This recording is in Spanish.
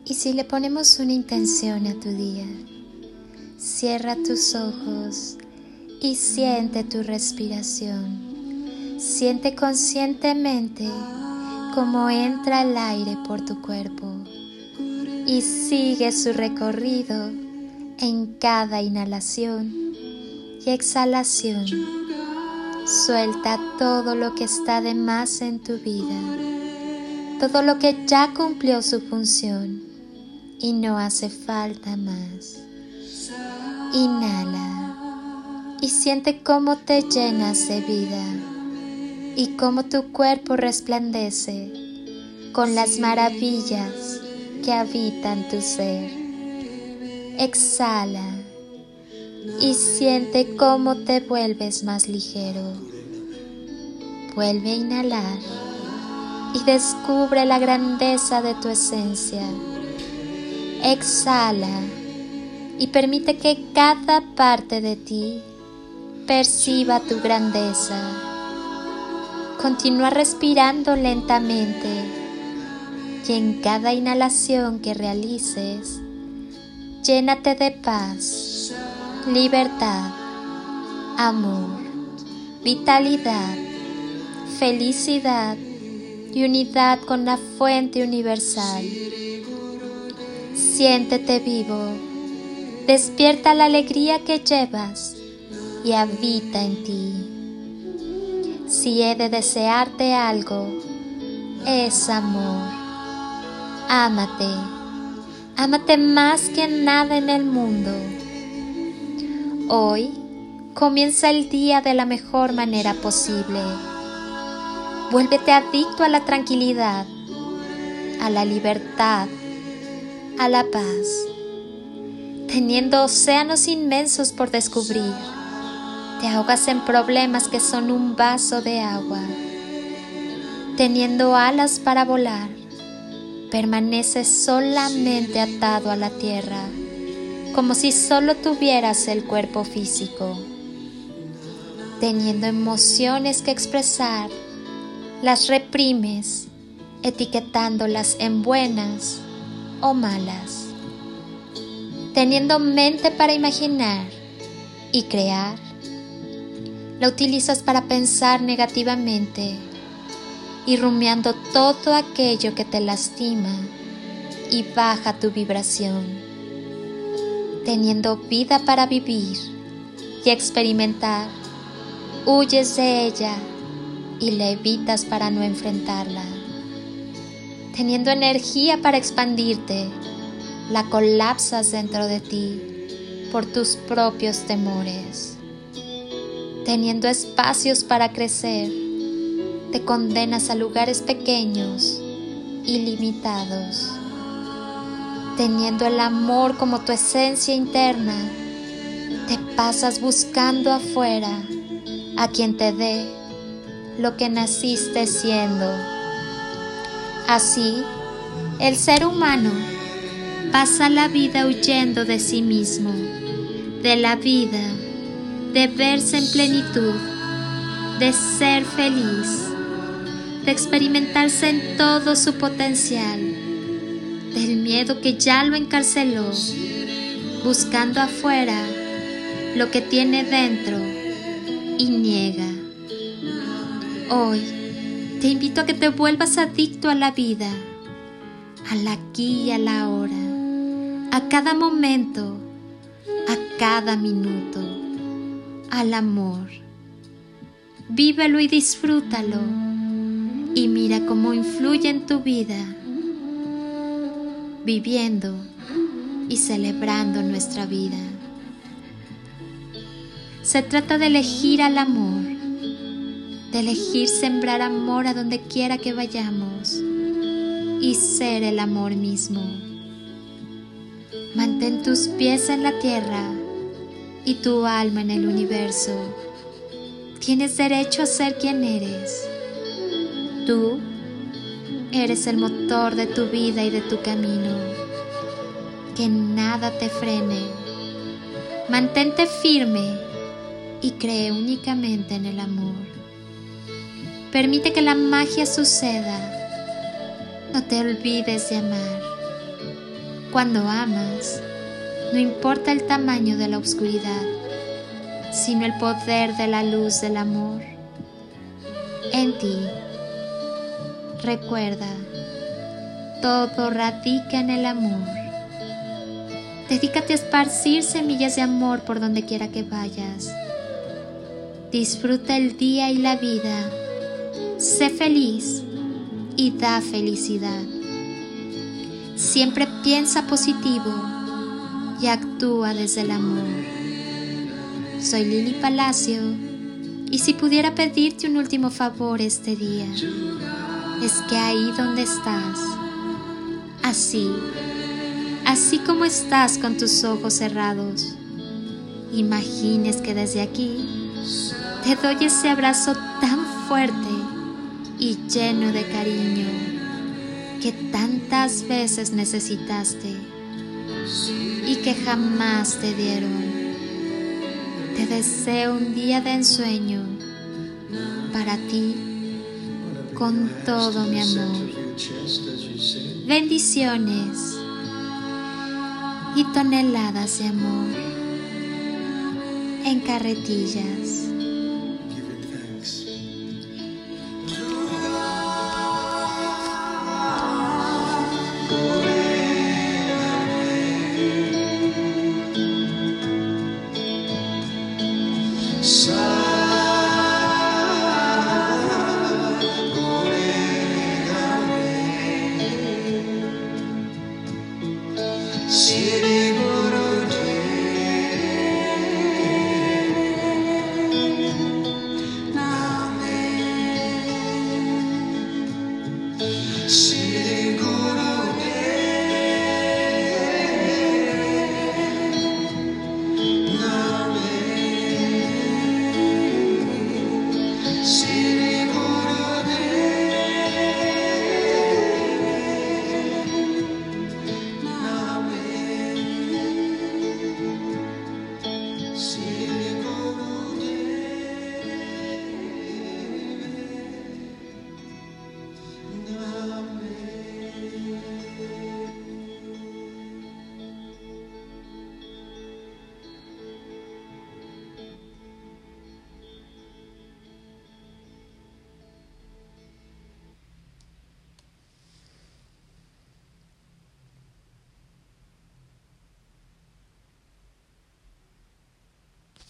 Y si le ponemos una intención a tu día, cierra tus ojos y siente tu respiración. Siente conscientemente cómo entra el aire por tu cuerpo y sigue su recorrido en cada inhalación y exhalación. Suelta todo lo que está de más en tu vida, todo lo que ya cumplió su función y no hace falta más. Inhala y siente cómo te llenas de vida y cómo tu cuerpo resplandece con las maravillas que habitan tu ser. Exhala y siente cómo te vuelves más ligero. Vuelve a inhalar y descubre la grandeza de tu esencia. Exhala y permite que cada parte de ti perciba tu grandeza. Continúa respirando lentamente y en cada inhalación que realices, llénate de paz, libertad, amor, vitalidad, felicidad y unidad con la fuente universal. Siéntete vivo, despierta la alegría que llevas y habita en ti. Si he de desearte algo, es amor. Ámate, ámate más que nada en el mundo. Hoy comienza el día de la mejor manera posible. Vuélvete adicto a la tranquilidad, a la libertad, a la paz. Teniendo océanos inmensos por descubrir, te ahogas en problemas que son un vaso de agua. Teniendo alas para volar, permaneces solamente atado a la tierra, como si solo tuvieras el cuerpo físico. Teniendo emociones que expresar, las reprimes, etiquetándolas en buenas o malas. Teniendo mente para imaginar y crear, la utilizas para pensar negativamente y rumiando todo aquello que te lastima y baja tu vibración. Teniendo vida para vivir y experimentar, huyes de ella y la evitas para no enfrentarla. Teniendo energía para expandirte, la colapsas dentro de ti por tus propios temores. Teniendo espacios para crecer, te condenas a lugares pequeños y limitados. Teniendo el amor como tu esencia interna, te pasas buscando afuera a quien te dé lo que naciste siendo. Así, el ser humano pasa la vida huyendo de sí mismo, de la vida, de verse en plenitud, de ser feliz, de experimentarse en todo su potencial, del miedo que ya lo encarceló, buscando afuera lo que tiene dentro y niega. Hoy te invito a que te vuelvas adicto a la vida, al aquí y a la ahora, a cada momento, a cada minuto, al amor. Vívelo y disfrútalo y mira cómo influye en tu vida, viviendo y celebrando nuestra vida. Se trata de elegir al amor, de elegir sembrar amor a donde quiera que vayamos y ser el amor mismo. Mantén tus pies en la tierra y tu alma en el universo. Tienes derecho a ser quien eres. Tú eres el motor de tu vida y de tu camino. Que nada te frene. Mantente firme y cree únicamente en el amor. Permite que la magia suceda. No te olvides de amar. Cuando amas, no importa el tamaño de la oscuridad, sino el poder de la luz del amor en ti. Recuerda, todo radica en el amor. Dedícate a esparcir semillas de amor por donde quiera que vayas. Disfruta el día y la vida. Sé feliz y da felicidad. Siempre piensa positivo y actúa desde el amor. Soy Lili Palacio y si pudiera pedirte un último favor este día, es que ahí donde estás, así como estás con tus ojos cerrados, imagines que desde aquí te doy ese abrazo tan fuerte y lleno de cariño que tantas veces necesitaste y que jamás te dieron. Te deseo un día de ensueño para ti con todo mi amor. Bendiciones y toneladas de amor en carretillas. So